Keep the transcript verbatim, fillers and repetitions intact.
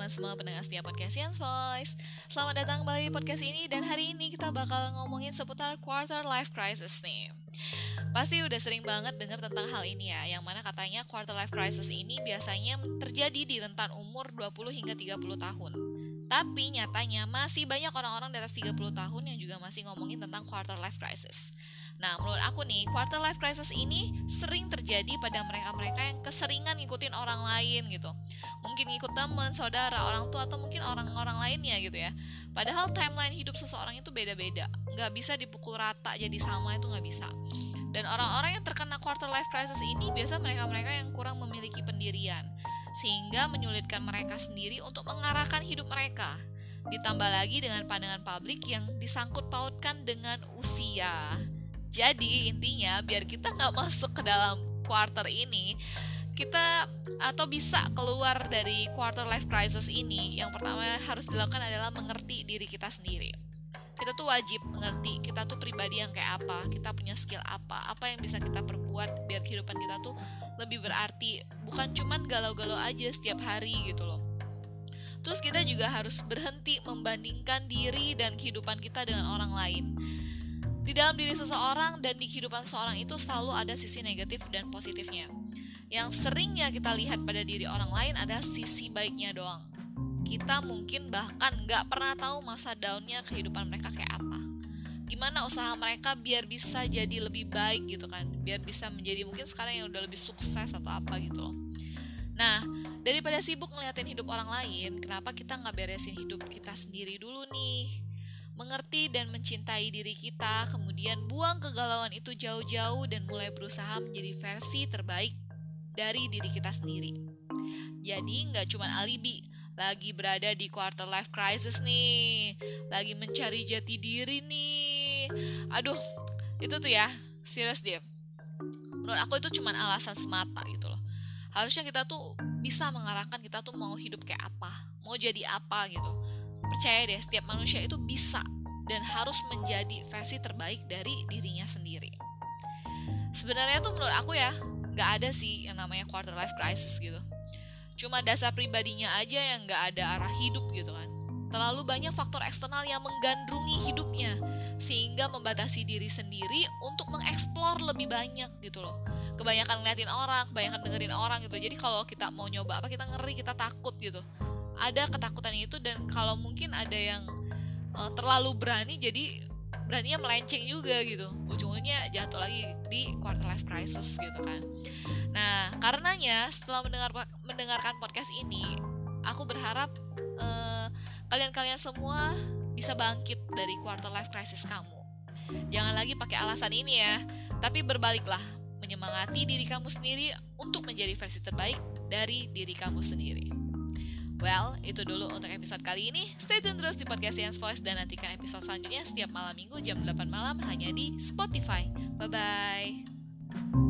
teman-teman semua pendengar setia podcast Science Voice. Selamat datang kembali di podcast ini, dan hari ini kita bakal ngomongin seputar quarter life crisis nih. Pasti udah sering banget dengar tentang hal ini ya, yang mana katanya quarter life crisis ini biasanya terjadi di rentan umur dua puluh hingga tiga puluh tahun. Tapi nyatanya masih banyak orang-orang di atas tiga puluh tahun yang juga masih ngomongin tentang quarter life crisis. Nah, menurut aku nih, quarter life crisis ini sering terjadi pada mereka-mereka yang keseringan ngikutin orang lain gitu. Mungkin ngikut teman, saudara, orang tua, atau mungkin orang-orang lainnya gitu ya. Padahal timeline hidup seseorang itu beda-beda. Nggak bisa dipukul rata jadi sama, itu nggak bisa. Dan orang-orang yang terkena quarter life crisis ini biasa mereka-mereka yang kurang memiliki pendirian, sehingga menyulitkan mereka sendiri untuk mengarahkan hidup mereka. Ditambah lagi dengan pandangan publik yang disangkut pautkan dengan usia. Jadi intinya biar kita nggak masuk ke dalam quarter ini, kita atau bisa keluar dari quarter life crisis ini, yang pertama harus dilakukan adalah mengerti diri kita sendiri. Kita tuh wajib mengerti kita tuh pribadi yang kayak apa, kita punya skill apa, apa yang bisa kita perbuat biar kehidupan kita tuh lebih berarti, bukan cuman galau-galau aja setiap hari gitu loh. Terus kita juga harus berhenti membandingkan diri dan kehidupan kita dengan orang lain. Di dalam diri seseorang dan di kehidupan seseorang itu selalu ada sisi negatif dan positifnya. Yang seringnya kita lihat pada diri orang lain ada sisi baiknya doang. Kita mungkin bahkan gak pernah tahu masa down-nya kehidupan mereka kayak apa. Gimana usaha mereka biar bisa jadi lebih baik gitu kan. Biar bisa menjadi mungkin sekarang yang udah lebih sukses atau apa gitu loh. Nah, daripada sibuk ngeliatin hidup orang lain, kenapa kita gak beresin hidup kita sendiri dulu nih? Mengerti dan mencintai diri kita, kemudian buang kegalauan itu jauh-jauh dan mulai berusaha menjadi versi terbaik dari diri kita sendiri. Jadi gak cuma alibi, lagi berada di quarter life crisis nih, lagi mencari jati diri nih. Aduh, itu tuh ya, serius deh. Menurut aku itu cuma alasan semata gitu loh. Harusnya kita tuh bisa mengarahkan kita tuh mau hidup kayak apa, mau jadi apa gitu. Percaya deh, setiap manusia itu bisa dan harus menjadi versi terbaik dari dirinya sendiri. Sebenarnya tuh menurut aku ya, gak ada sih yang namanya quarter life crisis gitu. Cuma dasar pribadinya aja yang gak ada arah hidup gitu kan. Terlalu banyak faktor eksternal yang menggandrungi hidupnya, sehingga membatasi diri sendiri untuk mengeksplor lebih banyak gitu loh. Kebanyakan ngeliatin orang, kebanyakan dengerin orang gitu. Jadi kalau kita mau nyoba apa, kita ngeri, kita takut gitu. Ada ketakutan itu, dan kalau mungkin ada yang uh, terlalu berani, jadi beraninya melenceng juga gitu, ujung-ujungnya jatuh lagi di quarter life crisis gitu kan. Nah, karenanya setelah mendengar mendengarkan podcast ini, aku berharap uh, kalian-kalian semua bisa bangkit dari quarter life crisis kamu. Jangan lagi pakai alasan ini ya, tapi berbaliklah, menyemangati diri kamu sendiri untuk menjadi versi terbaik dari diri kamu sendiri. Well, itu dulu untuk episode kali ini. Stay tune terus di podcast Science Voice dan nantikan episode selanjutnya setiap malam minggu jam delapan malam hanya di Spotify. Bye-bye.